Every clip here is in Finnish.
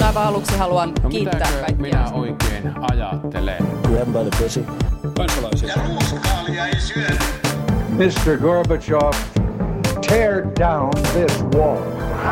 aivan aluksi haluan kiittää kaikkia. Minä oikein ajattelen? Grab by the pussy. Kansalaisia. Ja ruuskaalia ei syödä. Mr. Gorbachev, tear down this wall.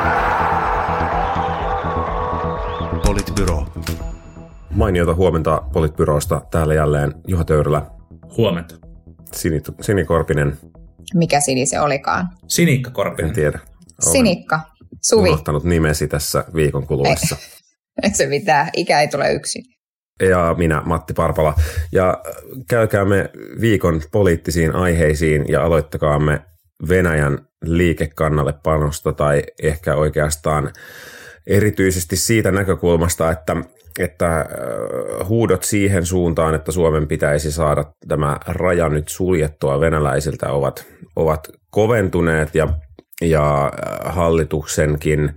Politbyro. Mainiota huomenta Politbyrosta. Täällä jälleen Juha Töyrylä. Huomenta. Sini Korpinen. Mikä Sini se olikaan? Sinikka Korpinen. En tiedä. Sinikka. Suvi. Unohtanut nimesi tässä viikon kuluessa. Ei se mitään. Ikä ei tule yksin. Ja minä, Matti Parpala. Ja käykäämme viikon poliittisiin aiheisiin ja aloittakaamme Venäjän liikekannallepanosta tai ehkä oikeastaan erityisesti siitä näkökulmasta, että huudot siihen suuntaan, että Suomen pitäisi saada tämä raja nyt suljettua venäläisiltä ovat koventuneet ja hallituksenkin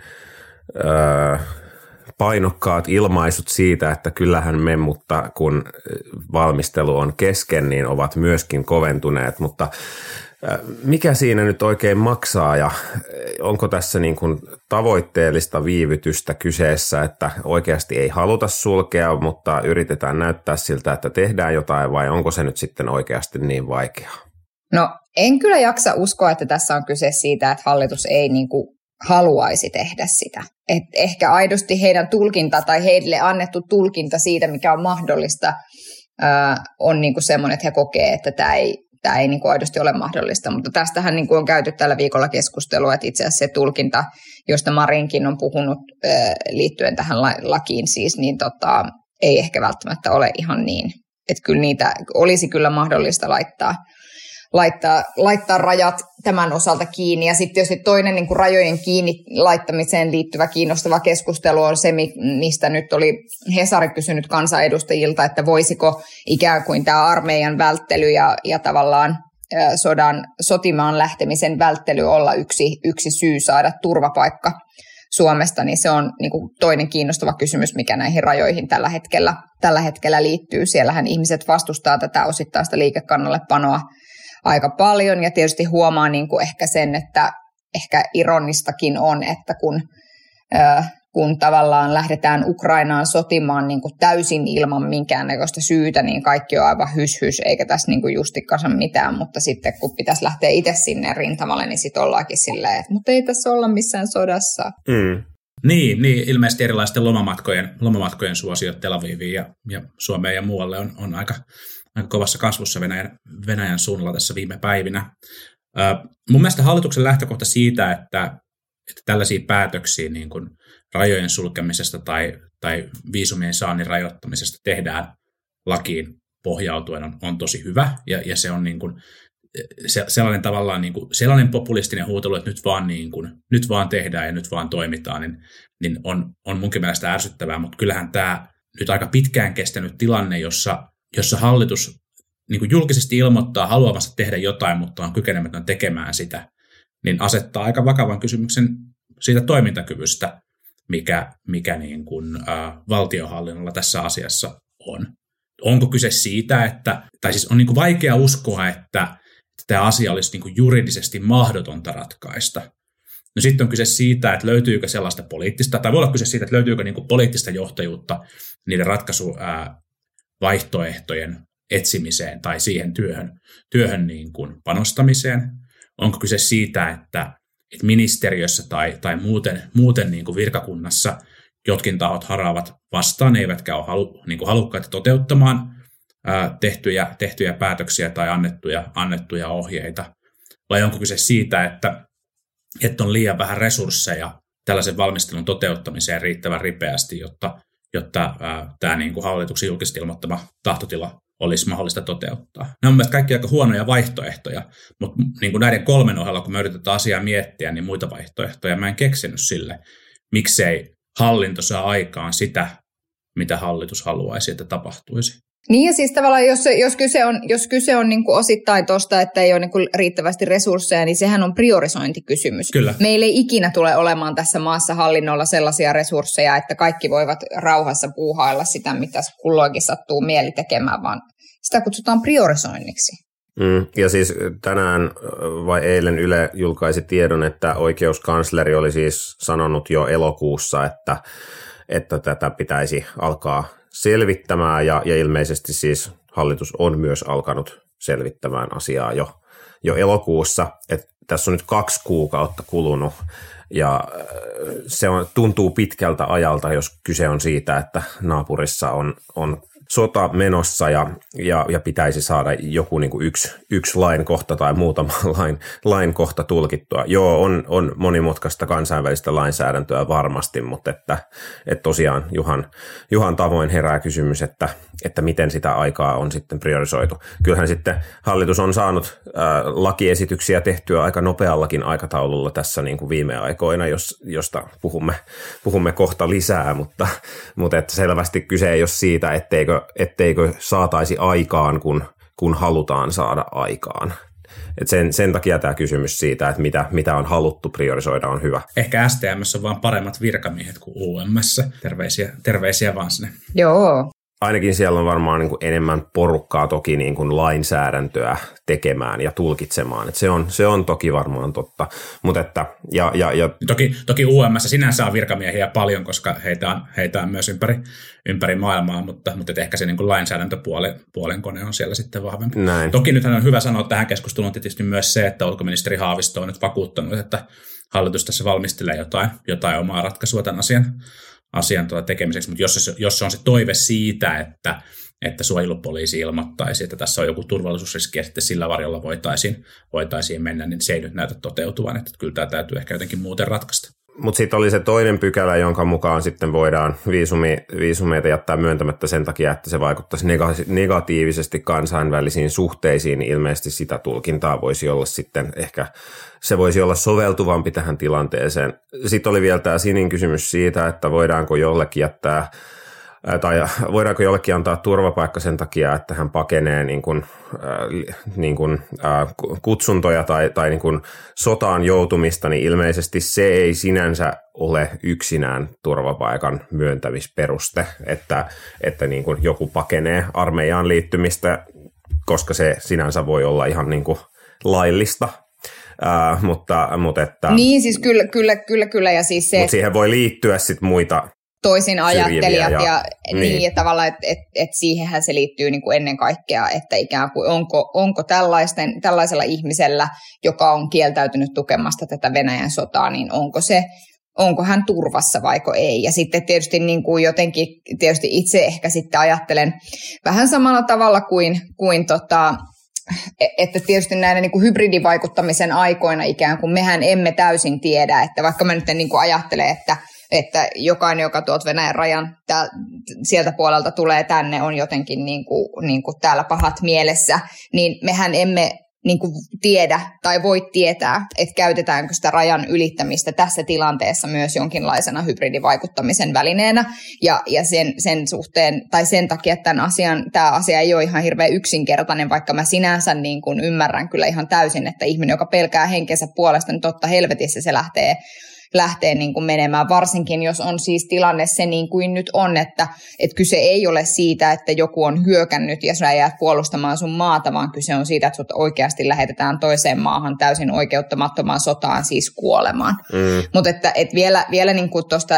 painokkaat ilmaisut siitä, että kyllähän me, mutta kun valmistelu on kesken, niin ovat myöskin koventuneet, mutta mikä siinä nyt oikein maksaa ja onko tässä niin kuin tavoitteellista viivytystä kyseessä, että oikeasti ei haluta sulkea, mutta yritetään näyttää siltä, että tehdään jotain vai onko se nyt sitten oikeasti niin vaikeaa? No en kyllä jaksa uskoa, että tässä on kyse siitä, että hallitus ei niin kuin haluaisi tehdä sitä. Et ehkä aidosti heidän tulkinta tai heille annettu tulkinta siitä, mikä on mahdollista, on niin kuin semmoinen, että he kokee, että tämä ei niin kuin aidosti ole mahdollista. Mutta tästähän niin kuin on käyty tällä viikolla keskustelua, että itse asiassa se tulkinta, josta Marinkin on puhunut liittyen tähän lakiin siis, niin ei ehkä välttämättä ole ihan niin. Että kyllä niitä olisi kyllä mahdollista laittaa rajat tämän osalta kiinni. Ja sitten tietysti toinen niin kuin rajojen kiinni laittamiseen liittyvä kiinnostava keskustelu on se, mistä nyt oli Hesari kysynyt kansanedustajilta, että voisiko ikään kuin tämä armeijan välttely ja tavallaan sotimaan lähtemisen välttely olla yksi syy saada turvapaikka Suomesta, niin se on niin kuin toinen kiinnostava kysymys, mikä näihin rajoihin tällä hetkellä liittyy. Siellähän ihmiset vastustaa tätä osittaista liikekannallepanoa aika paljon ja tietysti huomaa niin kuin ehkä sen, että ehkä ironistakin on, että kun tavallaan lähdetään Ukrainaan sotimaan niin kuin täysin ilman minkäännäköistä syytä, niin kaikki on aivan hys eikä tässä niin kuin justikkansa mitään, mutta sitten kun pitäisi lähteä itse sinne rintamalle, niin sitten ollaankin silleen, että mutta ei tässä olla missään sodassa. Mm. Niin, ilmeisesti erilaisten lomamatkojen suosiot Tel Aviviin ja Suomeen ja muualle on aika kovassa kasvussa Venäjän suunnalla tässä viime päivinä. Mun mielestä hallituksen lähtökohta siitä, että tällaisia päätöksiä niin kuin rajojen sulkemisesta tai viisumien saannin rajoittamisesta tehdään lakiin pohjautuen on tosi hyvä. Ja se on niin kuin sellainen tavallaan niin kuin sellainen populistinen huutelu, että nyt vaan tehdään ja nyt vaan toimitaan, niin on munkin mielestä ärsyttävää, mutta kyllähän tämä nyt aika pitkään kestänyt tilanne, jossa hallitus niin kuin julkisesti ilmoittaa haluavansa tehdä jotain, mutta on kykenemätön tekemään sitä, niin asettaa aika vakavan kysymyksen siitä toimintakyvystä, mikä niin kuin, valtionhallinnolla tässä asiassa on. Onko kyse siitä, tai siis on niin kuin vaikea uskoa, että tämä asia olisi niin kuin juridisesti mahdotonta ratkaista. No sitten on kyse siitä, että löytyykö sellaista poliittista, tai voi olla kyse siitä, että löytyykö niin kuin poliittista johtajuutta niiden ratkaisuvaihtoehtojen etsimiseen tai siihen työhön niin kuin panostamiseen. Onko kyse siitä, että ministeriössä tai muuten niin kuin virkakunnassa jotkin tahot haraavat vastaan, eivätkä ole niin kuin halukkaita toteuttamaan tehtyjä päätöksiä tai annettuja ohjeita. Vai onko kyse siitä, että on liian vähän resursseja tällaisen valmistelun toteuttamiseen riittävän ripeästi, jotta tämä niin kuin hallituksen julkisesti ilmoittama tahtotila olisi mahdollista toteuttaa. Nämä on mielestäni kaikki aika huonoja vaihtoehtoja, mutta niin kuin näiden kolmen ohella, kun me yritetään asiaa miettiä, niin muita vaihtoehtoja mä en keksinyt sille, miksei hallinto saa aikaan sitä, mitä hallitus haluaisi, että tapahtuisi. Niin ja siis tavallaan, jos kyse on niin kuin osittain tuosta, että ei ole niin kuin riittävästi resursseja, niin sehän on priorisointikysymys. Kyllä. Meillä ei ikinä tule olemaan tässä maassa hallinnolla sellaisia resursseja, että kaikki voivat rauhassa puuhailla sitä, mitä kulloinkin sattuu mieli tekemään, vaan sitä kutsutaan priorisoinniksi. Ja siis tänään vai eilen Yle julkaisi tiedon, että oikeuskansleri oli siis sanonut jo elokuussa, että tätä pitäisi alkaa selvittämään ja ilmeisesti siis hallitus on myös alkanut selvittämään asiaa jo elokuussa, että tässä on nyt 2 kuukautta kulunut ja tuntuu pitkältä ajalta, jos kyse on siitä, että naapurissa on sota menossa ja pitäisi saada joku niin kuin yksi lainkohta tai muutama lainkohta tulkittua. Joo, on monimutkaista kansainvälistä lainsäädäntöä varmasti, mutta että tosiaan Juhan tavoin herää kysymys, että miten sitä aikaa on sitten priorisoitu. Kyllähän sitten hallitus on saanut lakiesityksiä tehtyä aika nopeallakin aikataululla tässä niin kuin viime aikoina, josta puhumme kohta lisää, mutta että selvästi kyse ei ole siitä, etteikö saataisi aikaan, kun halutaan saada aikaan. Et sen takia tämä kysymys siitä, että mitä on haluttu priorisoida, on hyvä. Ehkä STM:ssä on vaan paremmat virkamiehet kuin UM:ssä. Terveisiä vaan sinne. Joo. Ainakin siellä on varmaan niin kuin enemmän porukkaa toki niin kuin lainsäädäntöä tekemään ja tulkitsemaan. Et se on toki varmaan totta. Mutta että, ja Toki UM:ssä sinänsä on virkamiehiä paljon, koska heitä on myös ympäri maailmaa, mutta ehkä se niin kuin lainsäädäntöpuolen kone on siellä sitten vahvempi. Näin. Toki nythän on hyvä sanoa tähän keskusteluun tietysti myös se, että ulkoministeri Haavisto on nyt vakuuttanut, että hallitus tässä valmistelee jotain omaa ratkaisua tämän asian tekemiseksi, mutta jos on se toive siitä, että suojelupoliisi ilmoittaisi, että tässä on joku turvallisuusriski ja sitten sillä varjolla voitaisiin mennä, niin se ei nyt näytä toteutuvan, että kyllä tämä täytyy ehkä jotenkin muuten ratkaista. Mutta sitten oli se toinen pykälä, jonka mukaan sitten voidaan viisumeita jättää myöntämättä sen takia, että se vaikuttaisi negatiivisesti kansainvälisiin suhteisiin. Ilmeisesti sitä tulkintaa voisi olla sitten ehkä, se voisi olla soveltuvampi tähän tilanteeseen. Sitten oli vielä tämä Sinin kysymys siitä, että voidaanko jollekin antaa turvapaikka sen takia, että hän pakenee kutsuntoja tai niin kuin sotaan joutumista, niin ilmeisesti se ei sinänsä ole yksinään turvapaikan myöntämisperuste, että niin kuin joku pakenee armeijaan liittymistä, koska se sinänsä voi olla ihan niin kuin laillista. Mutta että niin, siis kyllä. Ja siis mutta siihen voi liittyä sitten muita toisin ajattelijat ja tavallaan, että siihenhän se liittyy niin kuin ennen kaikkea, että ikään kuin onko tällaisella ihmisellä, joka on kieltäytynyt tukemasta tätä Venäjän sotaa, niin onko hän turvassa vaiko ei. Ja sitten tietysti niin kuin jotenkin tietysti itse ehkä sitten ajattelen vähän samalla tavalla kuin että tietysti näiden niin kuin hybridivaikuttamisen aikoina ikään kuin mehän emme täysin tiedä, että vaikka mä nyt niin kuin ajattelen, että jokainen, joka tuolta Venäjän rajan sieltä puolelta tulee tänne, on jotenkin niin kuin täällä pahat mielessä, niin mehän emme niin kuin tiedä tai voi tietää, että käytetäänkö sitä rajan ylittämistä tässä tilanteessa myös jonkinlaisena hybridivaikuttamisen välineenä. Ja sen suhteen, tai sen takia, että tämä asia ei ole ihan hirveän yksinkertainen, vaikka mä sinänsä niin kuin ymmärrän kyllä ihan täysin, että ihminen, joka pelkää henkensä puolesta, niin totta helvetissä se lähtee niin kuin menemään, varsinkin jos on siis tilanne se niin kuin nyt on, että kyse ei ole siitä, että joku on hyökännyt ja sä jäät puolustamaan sun maata, vaan kyse on siitä, että sut oikeasti lähetetään toiseen maahan täysin oikeuttamattomaan sotaan, siis kuolemaan. Mutta että vielä niin kuin tuosta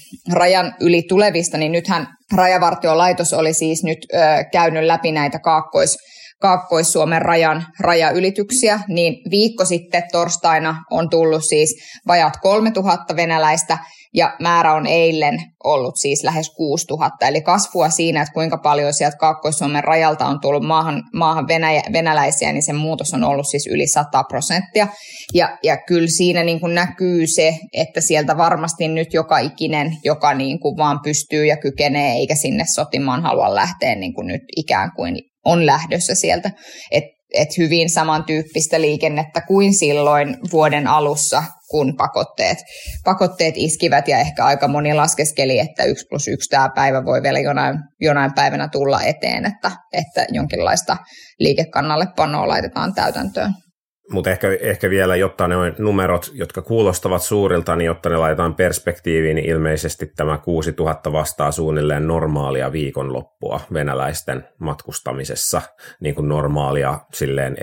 rajan yli tulevista, niin nythän Rajavartiolaitos oli siis nyt käynyt läpi näitä Kaakkois-Suomen rajaylityksiä, niin viikko sitten torstaina on tullut siis vajaat 3000 venäläistä ja määrä on eilen ollut siis lähes 6000. Eli kasvua siinä, että kuinka paljon sieltä Kaakkois-Suomen rajalta on tullut maahan venäläisiä, niin se muutos on ollut siis yli 100%. Ja kyllä siinä niin kuin näkyy se, että sieltä varmasti nyt joka ikinen, joka niin kuin vaan pystyy ja kykenee eikä sinne sotimaan halua lähteä niin kuin nyt ikään kuin on lähdössä sieltä, että hyvin samantyyppistä liikennettä kuin silloin vuoden alussa, kun pakotteet iskivät ja ehkä aika moni laskeskeli, että 1+1 tämä päivä voi vielä jonain päivänä tulla eteen, että jonkinlaista liikekannallepanoa laitetaan täytäntöön. Mutta ehkä vielä, jotta ne numerot, jotka kuulostavat suurilta, niin jotta ne laitetaan perspektiiviin, niin ilmeisesti tämä 6000 vastaa suunnilleen normaalia viikonloppua venäläisten matkustamisessa, niin kuin normaalia silleen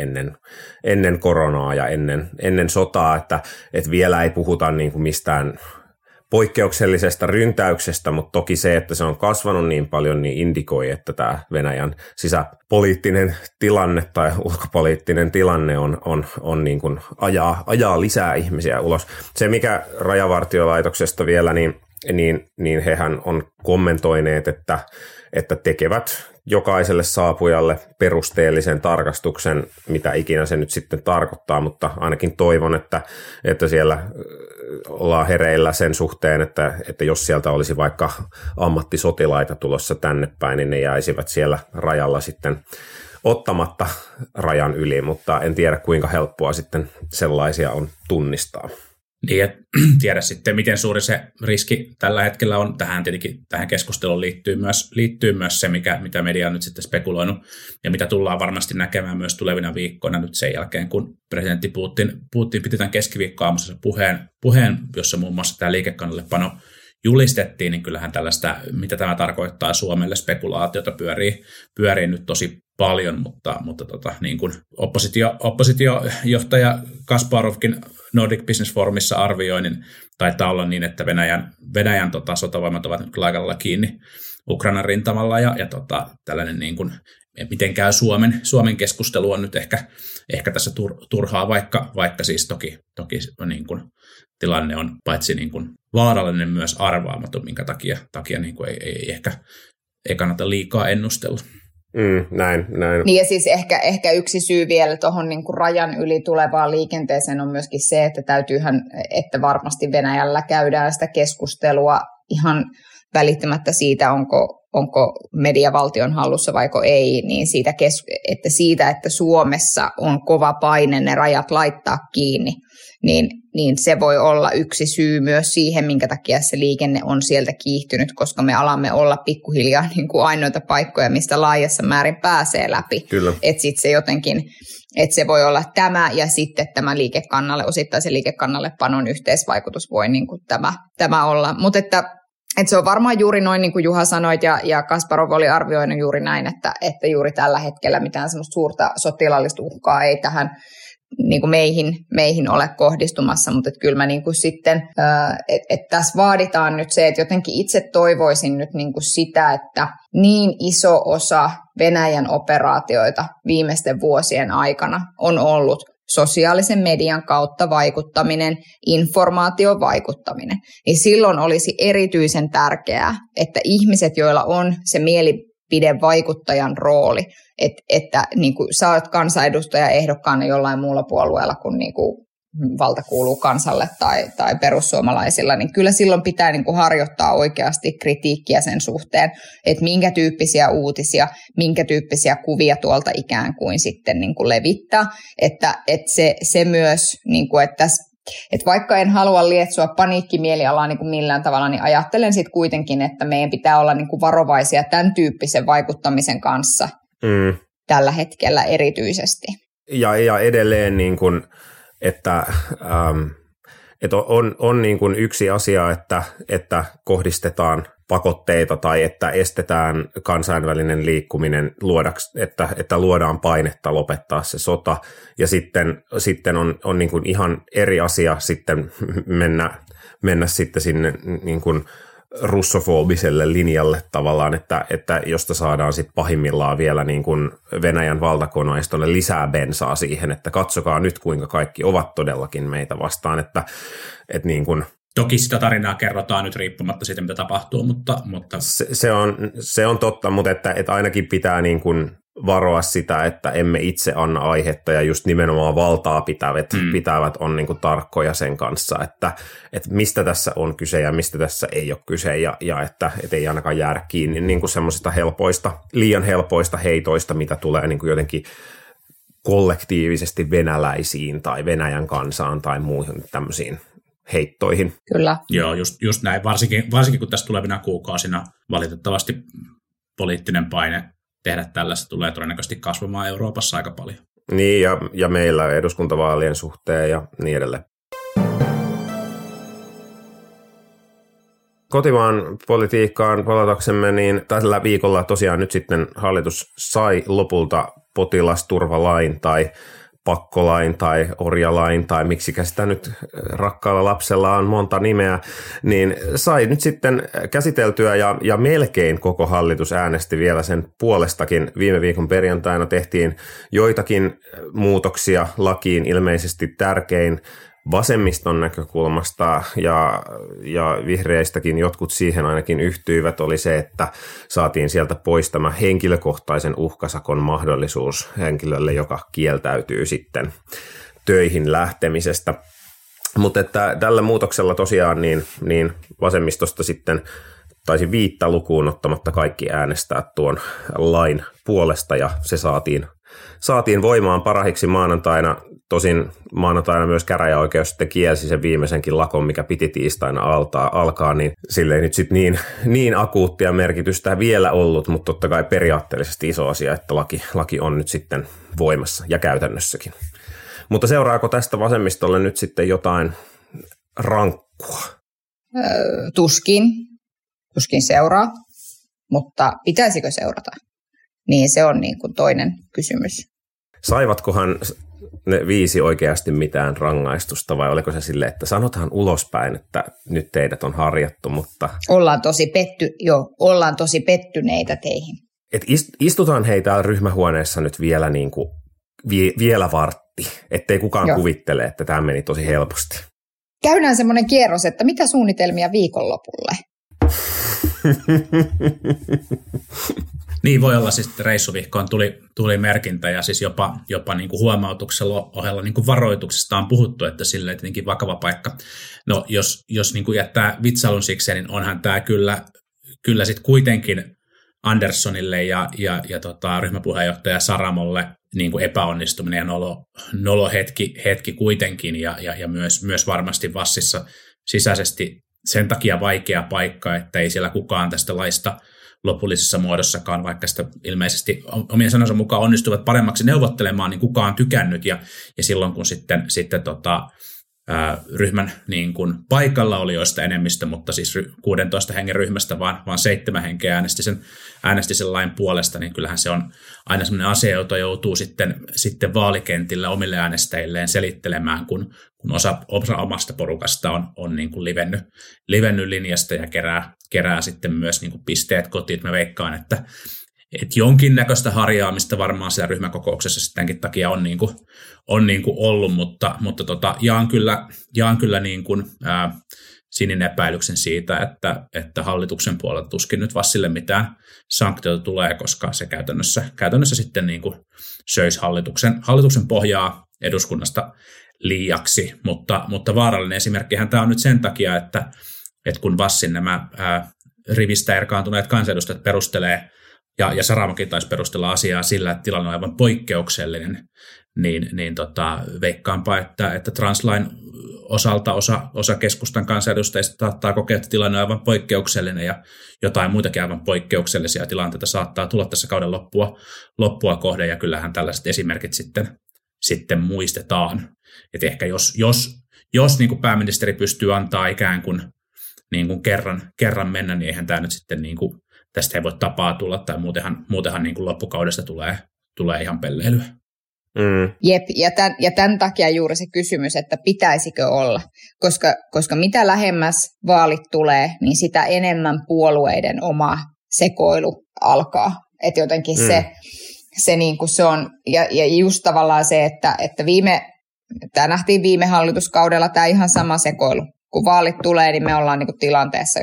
ennen koronaa ja ennen sotaa, että vielä ei puhuta niin kuin mistään poikkeuksellisesta ryntäyksestä, mutta toki se, että se on kasvanut niin paljon, niin indikoi, että tämä Venäjän sisäpoliittinen tilanne tai ulkopoliittinen tilanne on niin kuin ajaa lisää ihmisiä ulos. Se, mikä Rajavartiolaitoksesta vielä, niin hehän on kommentoineet, että tekevät jokaiselle saapujalle perusteellisen tarkastuksen, mitä ikinä se nyt sitten tarkoittaa, mutta ainakin toivon, että siellä ollaan hereillä sen suhteen, että jos sieltä olisi vaikka ammattisotilaita tulossa tänne päin, niin ne jäisivät siellä rajalla sitten ottamatta rajan yli, mutta en tiedä kuinka helppoa sitten sellaisia on tunnistaa. Niin, et tiedä sitten, miten suuri se riski tällä hetkellä on. Tähän keskusteluun liittyy myös se, mitä media on nyt sitten spekuloinut, ja mitä tullaan varmasti näkemään myös tulevina viikkoina nyt sen jälkeen, kun presidentti Putin piti tämän keskiviikkoaamuisessa puheen, jossa muun muassa tämä liikekannallepano julistettiin, niin kyllähän tällaista, mitä tämä tarkoittaa Suomelle, spekulaatiota pyörii nyt tosi paljon, mutta niin kuin oppositiojohtaja Kasparovkin Nordic Business Forumissa arvioi, niin taitaa olla niin, että Venäjän sotavoimat ovat nyt aika lailla kiinni Ukrainan rintamalla ja tällainen niin kuin, miten käy Suomen keskustelu on nyt ehkä tässä turhaa, vaikka siis toki niin kuin tilanne on paitsi niin kuin vaarallinen myös arvaamaton, minkä takia niin kuin ei kannata liikaa ennustella. Näin. Niin ja siis ehkä yksi syy vielä tuohon niin kuin rajan yli tulevaan liikenteeseen on myöskin se, että täytyyhän, että varmasti Venäjällä käydään sitä keskustelua ihan välittämättä siitä, onko media valtion hallussa vaiko ei, niin siitä, että Suomessa on kova paine ne rajat laittaa kiinni, niin se voi olla yksi syy myös siihen, minkä takia se liikenne on sieltä kiihtynyt, koska me alamme olla pikkuhiljaa niin kuin ainoita paikkoja, mistä laajassa määrin pääsee läpi. Että sitten se jotenkin, että se voi olla tämä ja sitten tämä osittaisen liikekannallepanon yhteisvaikutus voi niin kuin tämä olla. Mutta että se on varmaan juuri noin, niin kuin Juha sanoit, ja Kasparov oli arvioinut juuri näin, että juuri tällä hetkellä mitään semmoista suurta sotilaallista uhkaa ei tähän niin kuin meihin ole kohdistumassa, mutta kyllä mä niin kuin sitten, että tässä vaaditaan nyt se, että jotenkin itse toivoisin nyt niin kuin sitä, että niin iso osa Venäjän operaatioita viimeisten vuosien aikana on ollut sosiaalisen median kautta vaikuttaminen, informaation vaikuttaminen, niin silloin olisi erityisen tärkeää, että ihmiset, joilla on se mielipidevaikuttajan rooli, että niin kuin sä olet kansanedustaja ehdokkaana jollain muulla puolueella kuin, niin kuin valta kuuluu kansalle tai perussuomalaisilla, niin kyllä silloin pitää niin kuin harjoittaa oikeasti kritiikkiä sen suhteen, että minkä tyyppisiä uutisia, minkä tyyppisiä kuvia tuolta ikään kuin sitten niin kuin levittää, että se myös, niin kuin, että vaikka en halua lietsoa paniikkimielialaa niin kuin millään tavalla, niin ajattelen sitten kuitenkin, että meidän pitää olla niin kuin varovaisia tämän tyyppisen vaikuttamisen kanssa tällä hetkellä erityisesti. Ja edelleen niin kuin että on niin kuin yksi asia, että kohdistetaan pakotteita tai että estetään kansainvälinen liikkuminen että luodaan painetta lopettaa se sota. Ja sitten on niin kuin ihan eri asia sitten mennä sitten sinne niin kuin russofobiselle linjalle tavallaan, että josta saadaan sitten pahimmillaan vielä niin kuin Venäjän valtakoneistolle lisää bensaa siihen, että katsokaa nyt kuinka kaikki ovat todellakin meitä vastaan, että niin kuin toki sitä tarinaa kerrotaan nyt riippumatta siitä, mitä tapahtuu, mutta se on totta, mutta että ainakin pitää niin kuin varoa sitä, että emme itse anna aihetta ja just nimenomaan valtaa pitävät on niin kuin tarkkoja sen kanssa, että mistä tässä on kyse ja mistä tässä ei ole kyse ja että ei ainakaan jäädä kiinni niin kuin semmoisista liian helpoista heitoista, mitä tulee niin kuin jotenkin kollektiivisesti venäläisiin tai Venäjän kansaan tai muihin tämmöisiin heittoihin. Kyllä. Joo, just näin. Varsinkin kun tässä tulevina kuukausina valitettavasti poliittinen paine tehdä tällaista tulee todennäköisesti kasvamaan Euroopassa aika paljon. Niin, ja meillä eduskuntavaalien suhteen ja niin edelleen. Kotimaan politiikkaan palataksemme, niin tällä viikolla tosiaan nyt sitten hallitus sai lopulta potilasturvalain tai pakkolain tai orjalain tai miksikä sitä nyt rakkaalla lapsella on monta nimeä, niin sai nyt sitten käsiteltyä ja melkein koko hallitus äänesti vielä sen puolestakin. Viime viikon perjantaina tehtiin joitakin muutoksia lakiin, ilmeisesti tärkein vasemmiston näkökulmasta ja vihreistäkin jotkut siihen ainakin yhtyivät, oli se, että saatiin sieltä pois tämä henkilökohtaisen uhkasakon mahdollisuus henkilölle, joka kieltäytyy sitten töihin lähtemisestä. Mutta että tällä muutoksella tosiaan niin vasemmistosta sitten taisi 5 lukuun ottamatta kaikki äänestää tuon lain puolesta ja se saatiin voimaan parahiksi maanantaina. Tosin maanantaina myös käräjäoikeus sitten kielsi sen viimeisenkin lakon, mikä piti tiistaina alkaa, niin sille ei nyt sitten niin akuuttia merkitystä vielä ollut, mutta totta kai periaatteellisesti iso asia, että laki on nyt sitten voimassa ja käytännössäkin. Mutta seuraako tästä vasemmistolle nyt sitten jotain rankkua? Tuskin seuraa, mutta pitäisikö seurata? Niin se on niin kuin toinen kysymys. Saivatkohan ne 5 oikeasti mitään rangaistusta vai oliko se silleen, että sanotaan ulospäin, että nyt teidät on harjattu, mutta... Ollaan tosi pettyneitä teihin. Et istutaan hei täällä ryhmähuoneessa nyt vielä, niin kuin, vielä vartti, ettei kukaan kuvittele, että tämä meni tosi helposti. Käydään semmoinen kierros, että mitä suunnitelmia viikonlopulle? Niin voi olla siis, että reissuvihkoon tuli merkintä ja siis jopa niin kuin huomautuksella ohella niin kuin varoituksesta on puhuttu, että sille tietenkin vakava paikka. No jos niin kuin jättää vitsailun sikseen, niin onhan tämä kyllä sitten kuitenkin Anderssonille ja ryhmäpuheenjohtaja Saramolle niin kuin epäonnistuminen ja nolo hetki kuitenkin ja myös varmasti Vassissa sisäisesti sen takia vaikea paikka, että ei siellä kukaan tästä laista lopullisessa muodossakaan, vaikka sitä ilmeisesti omien sanansa mukaan onnistuvat paremmaksi neuvottelemaan, niin kukaan tykännyt ja silloin kun sitten ryhmän niin kuin paikalla oli joista enemmistö, mutta siis 16 hengen ryhmästä vaan 7 henkeä äänesti sen lain puolesta, niin kyllähän se on aina sellainen asia, jota joutuu sitten vaalikentillä omille äänestäjilleen selittelemään, kun osa omasta porukasta on niin kuin livennyt linjasta ja kerää sitten myös niin kuin pisteet kotiin. mä veikkaan, että jonkinnäköistä harjaamista varmaan siellä ryhmäkokouksessa sittenkin takia on ollut, mutta jaan kyllä niin kuin, sinin epäilyksen siitä, että hallituksen puolelta tuskin nyt Vassille mitään sanktioita tulee, koska se käytännössä sitten niin kuin söisi hallituksen pohjaa eduskunnasta liiaksi, mutta vaarallinen esimerkkihän tämä on nyt sen takia, että kun Vassin nämä rivistä erkaantuneet kansanedustajat perustelee ja Saramokin taisi perustella asiaa sillä, että tilanne on aivan poikkeuksellinen, niin veikkaanpa, että translain osalta osa keskustan kansanedustajista saattaa kokea, että tilanne on aivan poikkeuksellinen ja jotain muitakin aivan poikkeuksellisia tilanteita saattaa tulla tässä kauden loppua kohden ja kyllähän tällaiset esimerkit sitten muistetaan. Että ehkä jos niin kuin pääministeri pystyy antaa ikään kuin, kerran mennä, niin eihän tämä nyt sitten niin kuin, tästä ei voi tapaa tulla, tai muutenhan niin kuin loppukaudesta tulee ihan pelleilyä. Mm. Jep, ja tämän takia juuri se kysymys, että pitäisikö olla, koska mitä lähemmäs vaalit tulee, niin sitä enemmän puolueiden oma sekoilu alkaa. Että jotenkin se, niin kuin se on, ja just tavallaan se, että tämä nähtiin viime hallituskaudella, tämä ihan sama sekoilu. Kun vaalit tulee, niin me ollaan niin kuin tilanteessa,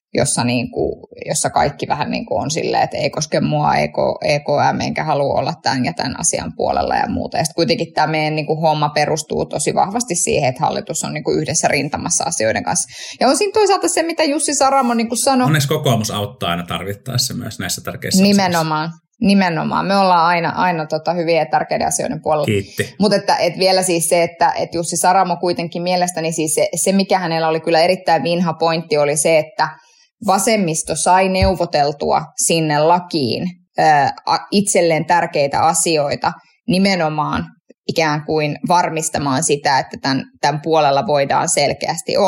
jossa kaikki vähän niin kuin on silleen, että ei koske mua, EKM, enkä halua olla tämän ja tämän asian puolella ja muuta. Ja sitten kuitenkin tämä meidän niin kuin homma perustuu tosi vahvasti siihen, että hallitus on niin kuin yhdessä rintamassa asioiden kanssa. Ja on siinä toisaalta se, mitä Jussi Saramo niin kuin sanoi. Onneksi kokoomus auttaa aina tarvittaessa myös näissä tärkeissä asioissa. Nimenomaan. Me ollaan aina hyviä ja tärkeiden asioiden puolella. Kiitti. Mutta että vielä siis se, että Jussi Saramo kuitenkin mielestäni siis se, mikä hänellä oli kyllä erittäin vinha pointti, oli se, että vasemmisto sai neuvoteltua sinne lakiin itselleen tärkeitä asioita nimenomaan ikään kuin varmistamaan sitä, että tämän puolella voidaan selkeästi olla.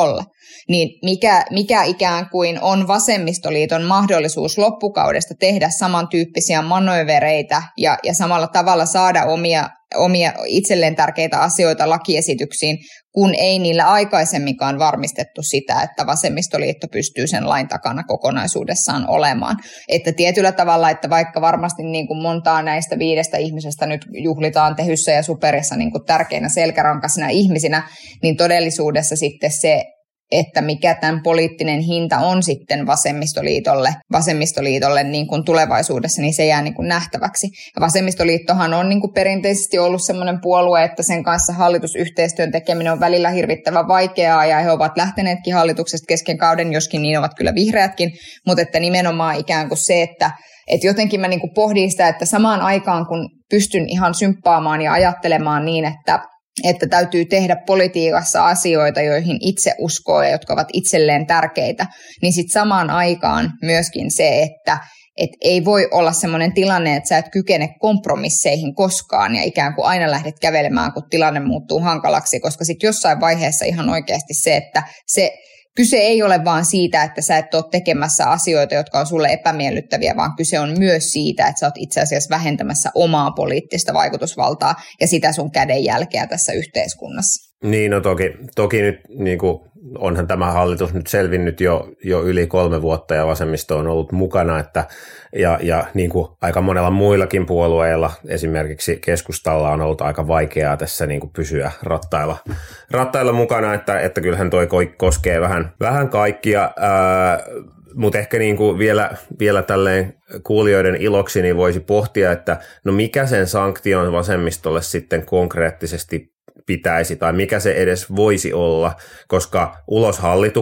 niin mikä ikään kuin on vasemmistoliiton mahdollisuus loppukaudesta tehdä samantyyppisiä manövereitä ja samalla tavalla saada omia itselleen tärkeitä asioita lakiesityksiin, kun ei niillä aikaisemminkaan varmistettu sitä, että vasemmistoliitto pystyy sen lain takana kokonaisuudessaan olemaan. Että tietyllä tavalla, että vaikka varmasti niin kuin montaa näistä 5 ihmisestä nyt juhlitaan Tehyssä ja Superissa niin kuin tärkeinä selkärankaisina ihmisinä, niin todellisuudessa sitten se, että mikä tämän poliittinen hinta on sitten vasemmistoliitolle niin kuin tulevaisuudessa, niin se jää niin kuin nähtäväksi. Ja vasemmistoliittohan on niin kuin perinteisesti ollut sellainen puolue, että sen kanssa hallitusyhteistyön tekeminen on välillä hirvittävän vaikeaa, ja he ovat lähteneetkin hallituksesta kesken kauden, joskin niin ovat kyllä vihreätkin, mutta että nimenomaan ikään kuin se, että jotenkin mä niin kuin pohdin sitä, että samaan aikaan kun pystyn ihan symppaamaan ja ajattelemaan niin, että täytyy tehdä politiikassa asioita, joihin itse uskoo ja jotka ovat itselleen tärkeitä, niin sitten samaan aikaan myöskin se, että ei voi olla semmoinen tilanne, että sä et kykene kompromisseihin koskaan ja ikään kuin aina lähdet kävelemään, kun tilanne muuttuu hankalaksi, koska sitten jossain vaiheessa ihan oikeasti se, että kyse ei ole vaan siitä, että sä et ole tekemässä asioita, jotka on sulle epämiellyttäviä, vaan kyse on myös siitä, että sä oot itse asiassa vähentämässä omaa poliittista vaikutusvaltaa ja sitä sun kädenjälkeä tässä yhteiskunnassa. Niin, no toki nyt niin kuin onhan tämä hallitus nyt selvinnyt jo yli 3 vuotta ja vasemmisto on ollut mukana, ja niin kuin aika monella muillakin puolueilla, esimerkiksi keskustalla on ollut aika vaikeaa tässä niin kuin pysyä rattailla mukana, että kyllähän toi koskee vähän kaikkia, mutta ehkä niin kuin vielä tälleen kuulijoiden iloksi niin voisi pohtia, että no mikä sen sanktion vasemmistolle sitten konkreettisesti pitäisi tai mikä se edes voisi olla, koska ulos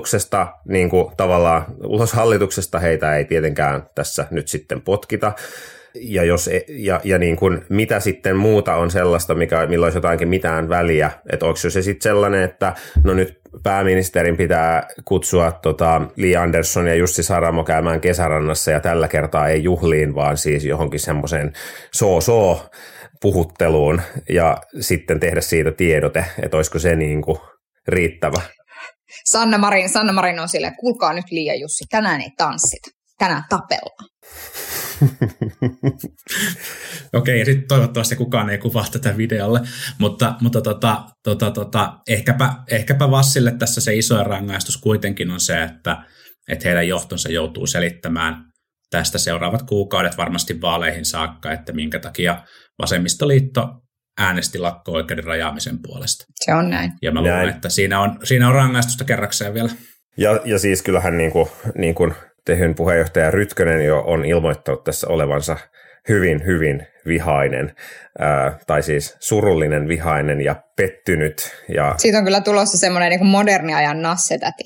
hallituksesta heitä ei tietenkään tässä nyt sitten potkita. Ja niin kuin, mitä sitten muuta on sellaista, millä olisi jotainkin mitään väliä, että onko se sitten sellainen, että no nyt pääministerin pitää kutsua Li Andersson ja Jussi Saramo käymään kesärannassa ja tällä kertaa ei juhliin, vaan siis johonkin semmoiseen puhutteluun ja sitten tehdä siitä tiedote, että olisiko se niin kuin riittävä. Sanna Marin on silleen, kuulkaa nyt Li ja Jussi, tänään ei tanssita, tänään tapellaan. Okei, ja sitten toivottavasti kukaan ei kuvaa tätä videolle, mutta ehkäpä Vassille tässä se iso rangaistus kuitenkin on se, että heidän johtonsa joutuu selittämään tästä seuraavat kuukaudet varmasti vaaleihin saakka, että minkä takia vasemmistoliitto äänesti lakko-oikeuden rajaamisen puolesta. Se on näin. Ja mä luulen, että siinä on rangaistusta kerrakseen vielä. Ja siis kyllähän niin kuin Tehyn puheenjohtaja Rytkönen jo on ilmoittanut tässä olevansa hyvin, hyvin vihainen, tai siis surullinen, vihainen ja pettynyt. Ja siitä on kyllä tulossa semmoinen niin kuin moderni ajan nassetäti.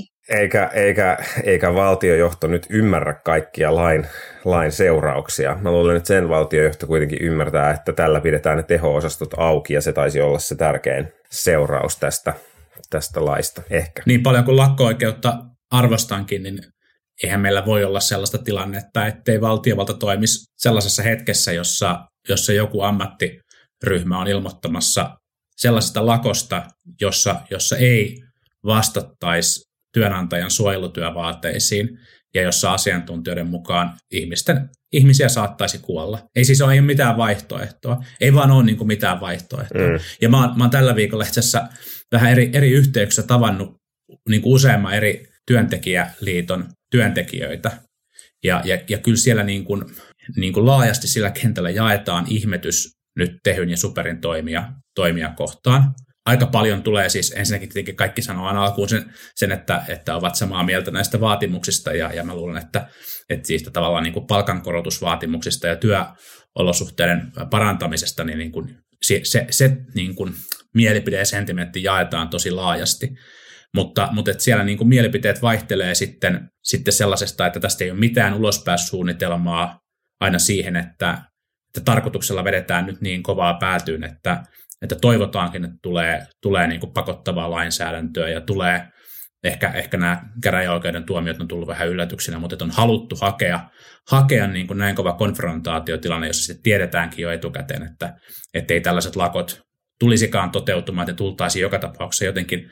Eikä valtiojohto nyt ymmärrä kaikkia lain seurauksia. Mä luulen, että sen valtiojohto kuitenkin ymmärtää, että tällä pidetään ne teho-osastot auki, ja se taisi olla se tärkein seuraus tästä laista ehkä. Niin paljon kuin lakko-oikeutta arvostankin, niin eihän meillä voi olla sellaista tilannetta, ettei valtiovalta toimisi sellaisessa hetkessä, jossa joku ammattiryhmä on ilmoittamassa sellaisesta lakosta, jossa ei vastattaisi työnantajan suojelutyövaateisiin ja jossa asiantuntijoiden mukaan ihmisiä saattaisi kuolla. Ei siis ole mitään vaihtoehtoa. Ei vaan ole niin kuin mitään vaihtoehtoa. Ja mä oon tällä viikolla itse asiassa vähän eri yhteyksissä tavannut niin kuin useamman eri työntekijäliiton työntekijöitä. Ja kyllä siellä niin kuin laajasti sillä kentällä jaetaan ihmetys nyt Tehyn ja Superin toimia kohtaan. Aika paljon tulee siis, ensinnäkin tietenkin kaikki sanoo aina alkuun sen että ovat samaa mieltä näistä vaatimuksista, ja mä luulen, että siitä tavallaan niin kuin palkankorotusvaatimuksista ja työolosuhteiden parantamisesta, niin kuin se niin kuin mielipide ja sentimentti jaetaan tosi laajasti. Mutta että siellä niin kuin mielipiteet vaihtelee sitten sellaisesta, että tästä ei ole mitään ulospäässuunnitelmaa aina siihen, että tarkoituksella vedetään nyt niin kovaa päätyyn, että toivotaankin, että tulee niin kuin pakottavaa lainsäädäntöä ja tulee ehkä nämä käräjäoikeuden tuomiot on tullut vähän yllätyksenä, mutta että on haluttu hakea niin kuin näin kova konfrontaatiotilanne, jossa sitten tiedetäänkin jo etukäteen, että ei tällaiset lakot tulisikaan toteutumaan, että tultaisiin joka tapauksessa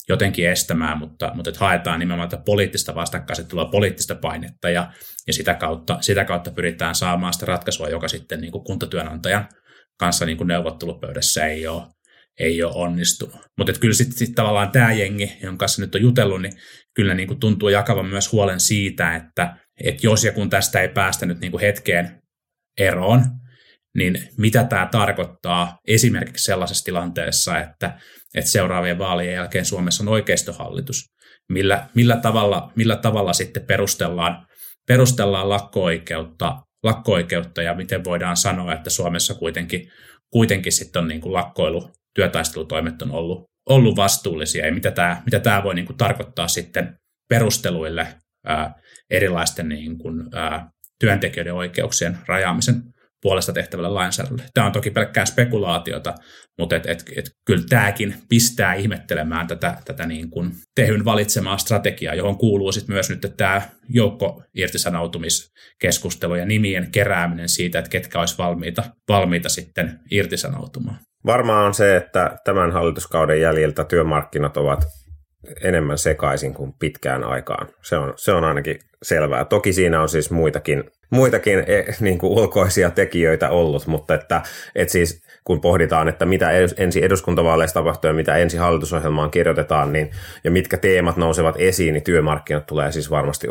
jotenkin estämään, mutta että haetaan nimenomaan poliittista vastakkainasettelua, poliittista painetta ja sitä kautta pyritään saamaan sitä ratkaisua, joka sitten niin kuin kuntatyönantajan kanssa niin kuin neuvottelupöydässä ei ole onnistunut. Mutta kyllä sitten tavallaan tämä jengi, jonka kanssa nyt on jutellut, niin kyllä niin kuin tuntuu jakavan myös huolen siitä, että jos ja kun tästä ei päästä nyt niin kuin hetkeen eroon, niin mitä tämä tarkoittaa esimerkiksi sellaisessa tilanteessa, että seuraavien vaalien jälkeen Suomessa on oikeistohallitus. Millä tavalla sitten perustellaan lakko-oikeutta ja miten voidaan sanoa, että Suomessa kuitenkin sitten on niin kuin työtaistelutoimet on ollut vastuullisia ja mitä tämä voi niin kuin tarkoittaa sitten perusteluille erilaisten niin kuin, työntekijöiden oikeuksien rajaamisen puolesta tehtävällä lainsäädännöllä. Tämä on toki pelkkää spekulaatiota, mutta kyllä tämäkin pistää ihmettelemään tätä niin kuin Tehyn valitsemaa strategiaa, johon kuuluu sitten myös nyt tämä joukkoirtisanoutumiskeskustelu ja nimien kerääminen siitä, että ketkä olisi valmiita sitten irtisanoutumaan. Varmaan on se, että tämän hallituskauden jäljiltä työmarkkinat ovat enemmän sekaisin kuin pitkään aikaan. Se on ainakin selvää. Toki siinä on siis muitakin niin kuin ulkoisia tekijöitä ollut, mutta että siis kun pohditaan, että mitä ensi eduskuntavaaleissa tapahtuu ja mitä ensi hallitusohjelmaan kirjoitetaan, niin, ja mitkä teemat nousevat esiin, niin työmarkkinat tulee siis varmasti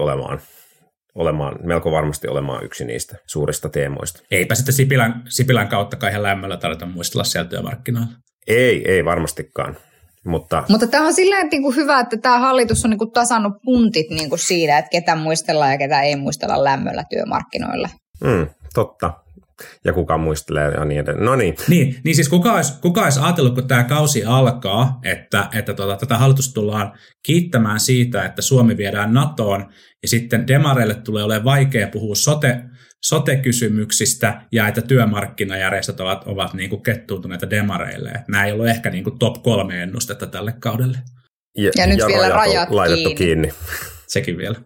melko varmasti olemaan yksi niistä suurista teemoista. Eipä sitten Sipilän kautta ihan lämmöllä tarvita muistella siellä työmarkkinoilla. Ei varmastikaan. Mutta tämä on silleen niin kuin hyvä, että tämä hallitus on niin kuin tasannut puntit niin kuin siitä, että ketä muistellaan ja ketä ei muistella lämmöllä työmarkkinoilla. Totta. Ja kuka muistelee ja niin edelleen. No niin. Niin siis kuka olisi ajatellut, kun tämä kausi alkaa, että tätä hallitusta tullaan kiittämään siitä, että Suomi viedään NATOon ja sitten demareille tulee olemaan vaikea puhua sote-kysymyksistä ja että työmarkkinajärjestöt ovat niin kuin kettuuntuneita demareille. Nämä ei ollut ehkä niin kuin top 3 ennustetta tälle kaudelle. Ja nyt vielä rajat laitettu kiinni. Sekin vielä.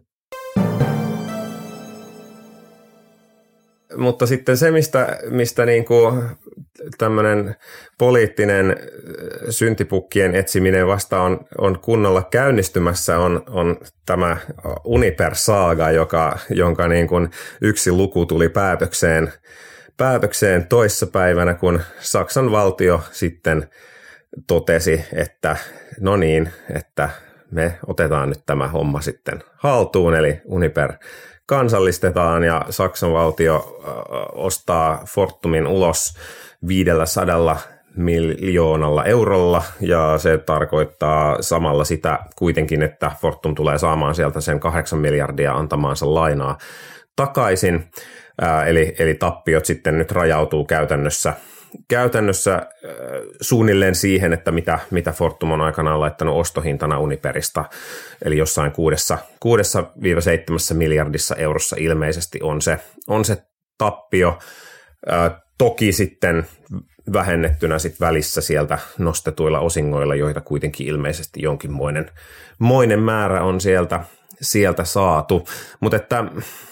Mutta sitten se, mistä niin kuin tämmöinen poliittinen syntipukkien etsiminen vasta on kunnolla käynnistymässä, on tämä Uniper-saaga, jonka niin kuin yksi luku tuli päätökseen toissapäivänä, kun Saksan valtio sitten totesi, että no niin, että me otetaan nyt tämä homma sitten haltuun, eli Uniper kansallistetaan ja Saksan valtio ostaa Fortumin ulos 500 miljoonalla eurolla ja se tarkoittaa samalla sitä kuitenkin, että Fortum tulee saamaan sieltä sen 8 miljardia antamaansa lainaa takaisin, eli tappiot sitten nyt rajautuu käytännössä suunnilleen siihen, että mitä Fortum on aikanaan laittanut ostohintana Uniperista, eli jossain 6-7 miljardissa eurossa ilmeisesti on se tappio. Toki sitten vähennettynä sit välissä sieltä nostetuilla osingoilla, joita kuitenkin ilmeisesti jonkinmoinen määrä on sieltä saatu, mutta että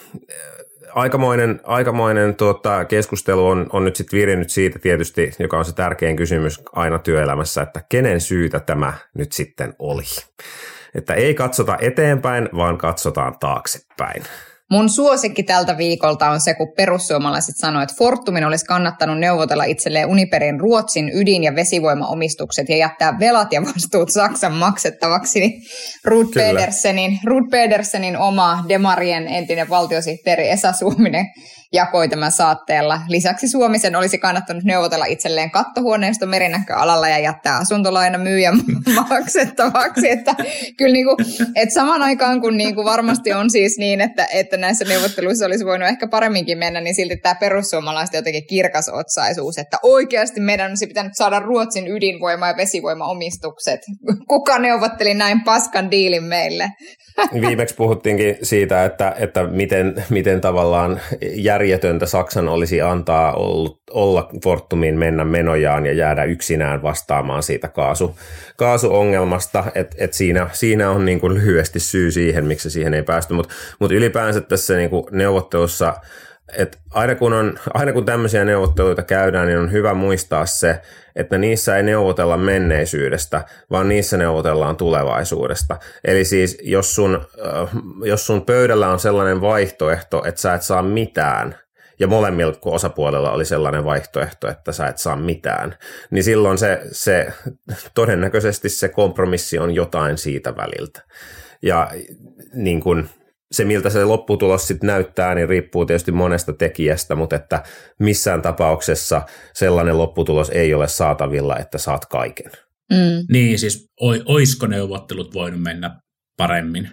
aikamoinen keskustelu on nyt sitten virinnyt siitä tietysti, joka on se tärkein kysymys aina työelämässä, että kenen syytä tämä nyt sitten oli. Että ei katsota eteenpäin, vaan katsotaan taaksepäin. Mun suosikki tältä viikolta on se, kun perussuomalaiset sanoivat, että Fortumin olisi kannattanut neuvotella itselleen Uniperin Ruotsin ydin- ja vesivoimaomistukset ja jättää velat ja vastuut Saksan maksettavaksi. Niin Ruud Pedersenin oma Demarien entinen valtiosihteeri Esa Suominen jakoi tämän saatteella. Lisäksi Suomisen olisi kannattanut neuvotella itselleen kattohuoneisto merinäköalalla ja jättää asuntolaina myyjän maksettavaksi. Että kyllä niin kuin, että samaan aikaan kun niin kuin varmasti on siis niin, että näissä neuvotteluissa olisi voinut ehkä paremminkin mennä, niin silti tämä perussuomalaisten jotenkin kirkasotsaisuus, että oikeasti meidän olisi pitänyt saada Ruotsin ydinvoima- ja vesivoimaomistukset. Kuka neuvotteli näin paskan diilin meille? Viimeksi puhuttiinkin siitä, että miten tavallaan järjetöntä Saksan olisi antaa olla Fortumiin mennä menojaan ja jäädä yksinään vastaamaan siitä kaasuongelmasta, että siinä on niin kuin lyhyesti syy siihen, miksi siihen ei päästy, mutta ylipäänsä tässä niin kuin neuvottelussa että aina kun tämmöisiä neuvotteluita käydään, niin on hyvä muistaa se, että niissä ei neuvotella menneisyydestä, vaan niissä neuvotellaan tulevaisuudesta. Eli siis jos sun pöydällä on sellainen vaihtoehto, että sä et saa mitään, ja molemmilla osapuolella oli sellainen vaihtoehto, että sä et saa mitään, niin silloin se todennäköisesti se kompromissi on jotain siitä väliltä. Ja niin kun se, miltä se lopputulos sitten näyttää, niin riippuu tietysti monesta tekijästä, mutta että missään tapauksessa sellainen lopputulos ei ole saatavilla, että saat kaiken. Niin, siis oisko neuvottelut voinut mennä paremmin?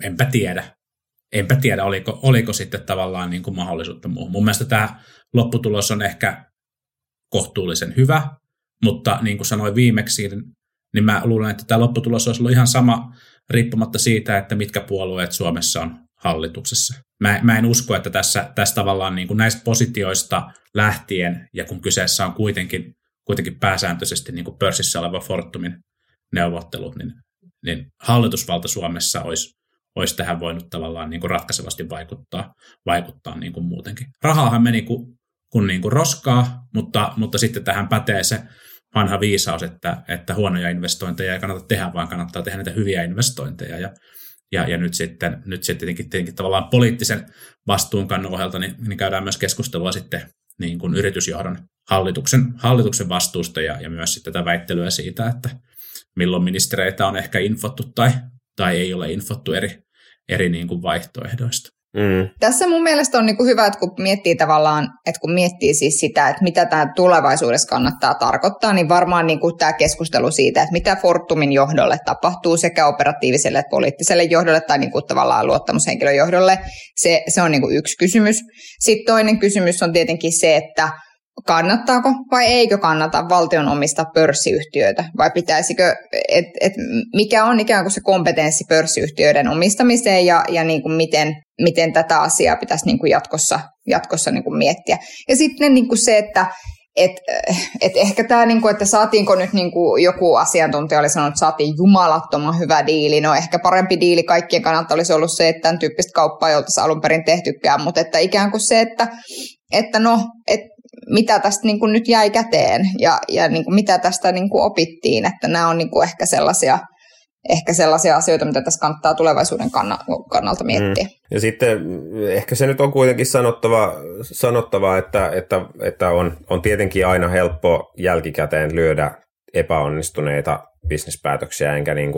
Enpä tiedä, oliko sitten tavallaan niin kuin mahdollisuutta muuhun. Mun mielestä tämä lopputulos on ehkä kohtuullisen hyvä, mutta niin kuin sanoin viimeksi, niin mä luulen, että tämä lopputulos olisi ollut ihan sama riippumatta siitä, että mitkä puolueet Suomessa on hallituksessa. Mä en usko, että tässä tavallaan niin kuin näistä positioista lähtien, ja kun kyseessä on kuitenkin pääsääntöisesti niin kuin pörssissä oleva Fortumin neuvottelut, niin hallitusvalta Suomessa olisi tähän voinut tavallaan niin kuin ratkaisevasti vaikuttaa niin kuin muutenkin. Rahaahan meni kun niin kuin roskaa, mutta sitten tähän pätee se vanha viisaus, että huonoja investointeja ei kannata tehdä, vaan kannattaa tehdä niitä hyviä investointeja. Ja nyt sitten tietenkin tavallaan poliittisen vastuunkannon ohjelta niin käydään myös keskustelua sitten niin kuin yritysjohdon hallituksen vastuusta ja myös sitten tätä väittelyä siitä, että milloin ministereitä on ehkä infottu tai ei ole infottu eri niin kuin vaihtoehdoista. Tässä mun mielestä on niin kuin hyvä, että kun miettii siis sitä, että mitä tämä tulevaisuudessa kannattaa tarkoittaa, niin varmaan niin kuin tämä keskustelu siitä, että mitä Fortumin johdolle tapahtuu sekä operatiiviselle että poliittiselle johdolle tai niin kuin tavallaan luottamushenkilön johdolle, se on niin kuin yksi kysymys. Sitten toinen kysymys on tietenkin se, että kannattaako vai eikö kannata valtion omistaa pörssiyhtiöitä vai pitäisikö, mikä on ikään kuin se kompetenssi pörssiyhtiöiden omistamiseen ja niin kuin miten tätä asiaa pitäisi niin kuin jatkossa niin kuin miettiä. Ja sitten niin kuin se, että ehkä tämä, niin kuin, että saatiinko nyt niin kuin joku asiantuntija oli sanonut, että saatiin jumalattoman hyvä diili. No ehkä parempi diili kaikkien kannalta olisi ollut se, että tämän tyyppistä kauppaa ei oltaisi alun perin tehtykään, mutta että ikään kuin se, että mitä tästä niin kuin nyt jäi käteen ja niin kuin mitä tästä niin kuin opittiin, että nämä on niin kuin ehkä sellaisia asioita, mitä tässä kannattaa tulevaisuuden kannalta miettiä. Ja sitten ehkä se nyt on kuitenkin sanottava että on tietenkin aina helppo jälkikäteen lyödä epäonnistuneita bisnespäätöksiä,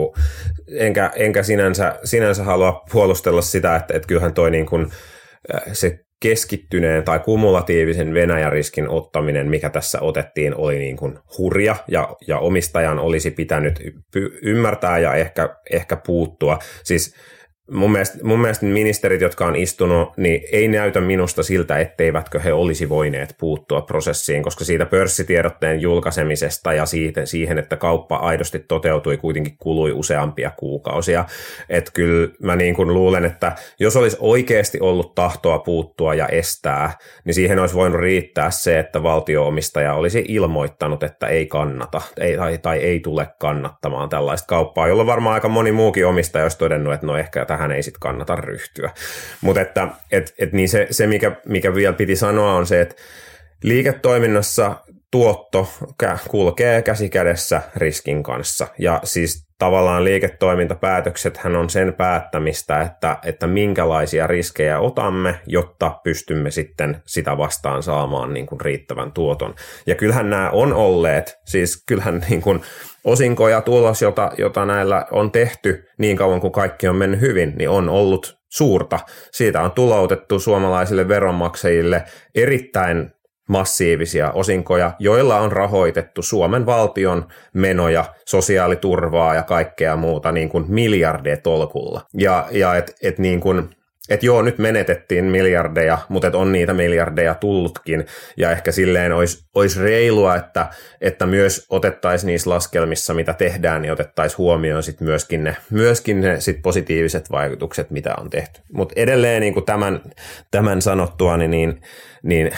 enkä sinänsä halua puolustella sitä, että kyllähän toi niin kuin se keskittyneen tai kumulatiivisen Venäjä-riskin ottaminen, mikä tässä otettiin, oli niin kuin hurja ja omistajan olisi pitänyt ymmärtää ja ehkä puuttua. Siis mun mielestä ministerit, jotka on istunut, niin ei näytä minusta siltä, etteivätkö he olisi voineet puuttua prosessiin, koska siitä pörssitiedotteen julkaisemisesta ja siihen, että kauppa aidosti toteutui, kuitenkin kului useampia kuukausia. Että kyllä mä niin kuin luulen, että jos olisi oikeasti ollut tahtoa puuttua ja estää, niin siihen olisi voinut riittää se, että valtio-omistaja olisi ilmoittanut, että ei kannata tai ei tule kannattamaan tällaista kauppaa, jolloin varmaan aika moni muukin omistaja olisi todennut, että no ehkä tähän ei sitten kannata ryhtyä. Mutta niin se mikä vielä piti sanoa, on se, että liiketoiminnassa tuotto kulkee käsi kädessä riskin kanssa. Ja siis tavallaan liiketoimintapäätöksethän on sen päättämistä, että minkälaisia riskejä otamme, jotta pystymme sitten sitä vastaan saamaan niin kuin riittävän tuoton. Ja kyllähän nämä on olleet, siis kyllähän niin kuin osinko ja tulos, jota näillä on tehty niin kauan kuin kaikki on mennyt hyvin, niin on ollut suurta. Siitä on tuloutettu suomalaisille veronmaksajille erittäin massiivisia osinkoja, joilla on rahoitettu Suomen valtion menoja, sosiaaliturvaa ja kaikkea muuta niin kuin miljarditolkulla. Ja niin kuin että joo, nyt menetettiin miljardeja, mutta on niitä miljardeja tullutkin, ja ehkä silleen olisi reilua, että myös otettaisiin niissä laskelmissa, mitä tehdään, niin otettaisiin huomioon sit myöskin ne sit positiiviset vaikutukset, mitä on tehty. Mutta edelleen niin kuin tämän sanottua, niin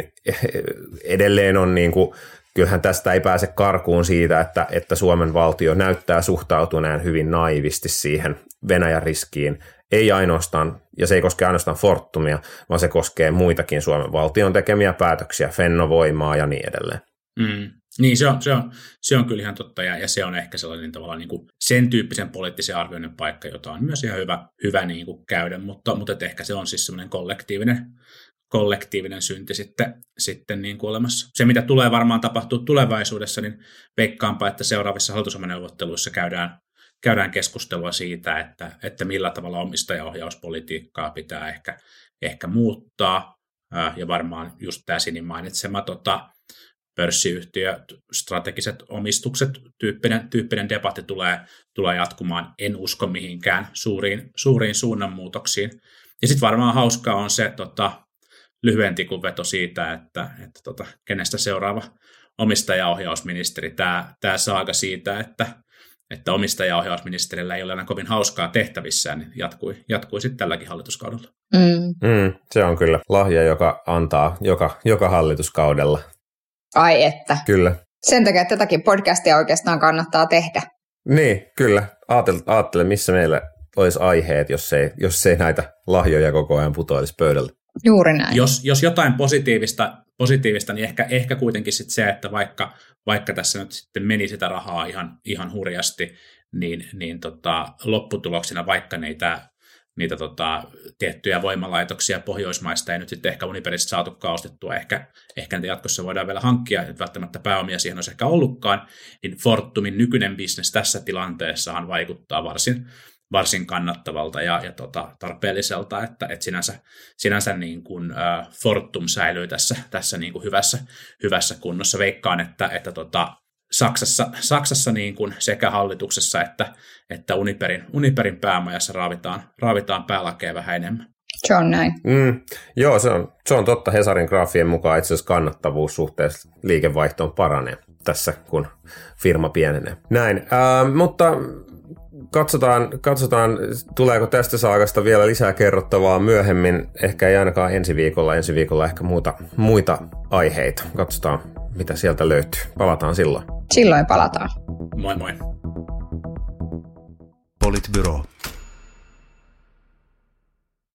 edelleen on niin kuin, kyllähän tästä ei pääse karkuun siitä, että Suomen valtio näyttää suhtautuneen hyvin naivisti siihen Venäjän riskiin, ei ainoastaan, ja se ei koske ainoastaan Fortumia, vaan se koskee muitakin Suomen valtion tekemiä päätöksiä, Fennovoimaa ja niin edelleen. Niin, se on kyllä ihan totta, ja se on ehkä sellainen tavallaan niin kuin sen tyyppisen poliittisen arvioinnin paikka, jota on myös ihan hyvä niin kuin käydä, mutta ehkä se on siis semmoinen kollektiivinen synti sitten niin kuin olemassa. Se, mitä tulee varmaan tapahtuu tulevaisuudessa, niin veikkaanpa, että seuraavissa hallitusohjelmaneuvotteluissa käydään keskustelua siitä, että millä tavalla omistajaohjauspolitiikkaa pitää ehkä muuttaa, ja varmaan just tämä Sinin mainitsema pörssiyhtiö, strategiset omistukset, tyyppinen debatti tulee jatkumaan. En usko mihinkään suuriin suunnanmuutoksiin. Ja sitten varmaan hauskaa on se lyhyen tikun veto siitä, että kenestä seuraava omistajaohjausministeri. Tämä saaga siitä, että omistajaohjausministerillä ei ole enää kovin hauskaa tehtävissään, niin jatkui sitten tälläkin hallituskaudella. Se on kyllä lahja, joka antaa joka hallituskaudella. Ai että. Kyllä. Sen takia tätäkin podcastia oikeastaan kannattaa tehdä. Niin, kyllä. Aattele, missä meillä olisi aiheet, jos ei näitä lahjoja koko ajan putoilisi pöydälle. Juuri näin. Jos jotain positiivista, niin ehkä kuitenkin sit se, että vaikka tässä nyt sitten meni sitä rahaa ihan hurjasti, niin lopputuloksena vaikka niitä tiettyjä voimalaitoksia Pohjoismaista ei nyt sitten ehkä Uniperista saatukaan ostettua, ehkä niitä jatkossa voidaan vielä hankkia, että välttämättä pääomia siihen olisi ehkä ollutkaan, niin Fortumin nykyinen bisnes tässä tilanteessahan vaikuttaa varsin kannattavalta ja tarpeelliselta, että sinänsä niin kuin Fortum säilyy tässä niin kuin hyvässä kunnossa. Veikkaan, että Saksassa niin kuin sekä hallituksessa että Uniperin päämajassa raavitaan päälakeja vähän enemmän. Se on näin. Joo, se on totta. Hesarin graafien mukaan itse asiassa kannattavuus suhteessa liikevaihtoon paranee tässä, kun firma pienenee. Näin, mutta katsotaan, tuleeko tästä saakasta vielä lisää kerrottavaa myöhemmin. Ehkä ei ainakaan ensi viikolla ehkä muita aiheita. Katsotaan, mitä sieltä löytyy. Palataan silloin. Silloin palataan. Moi moi. Politbyro.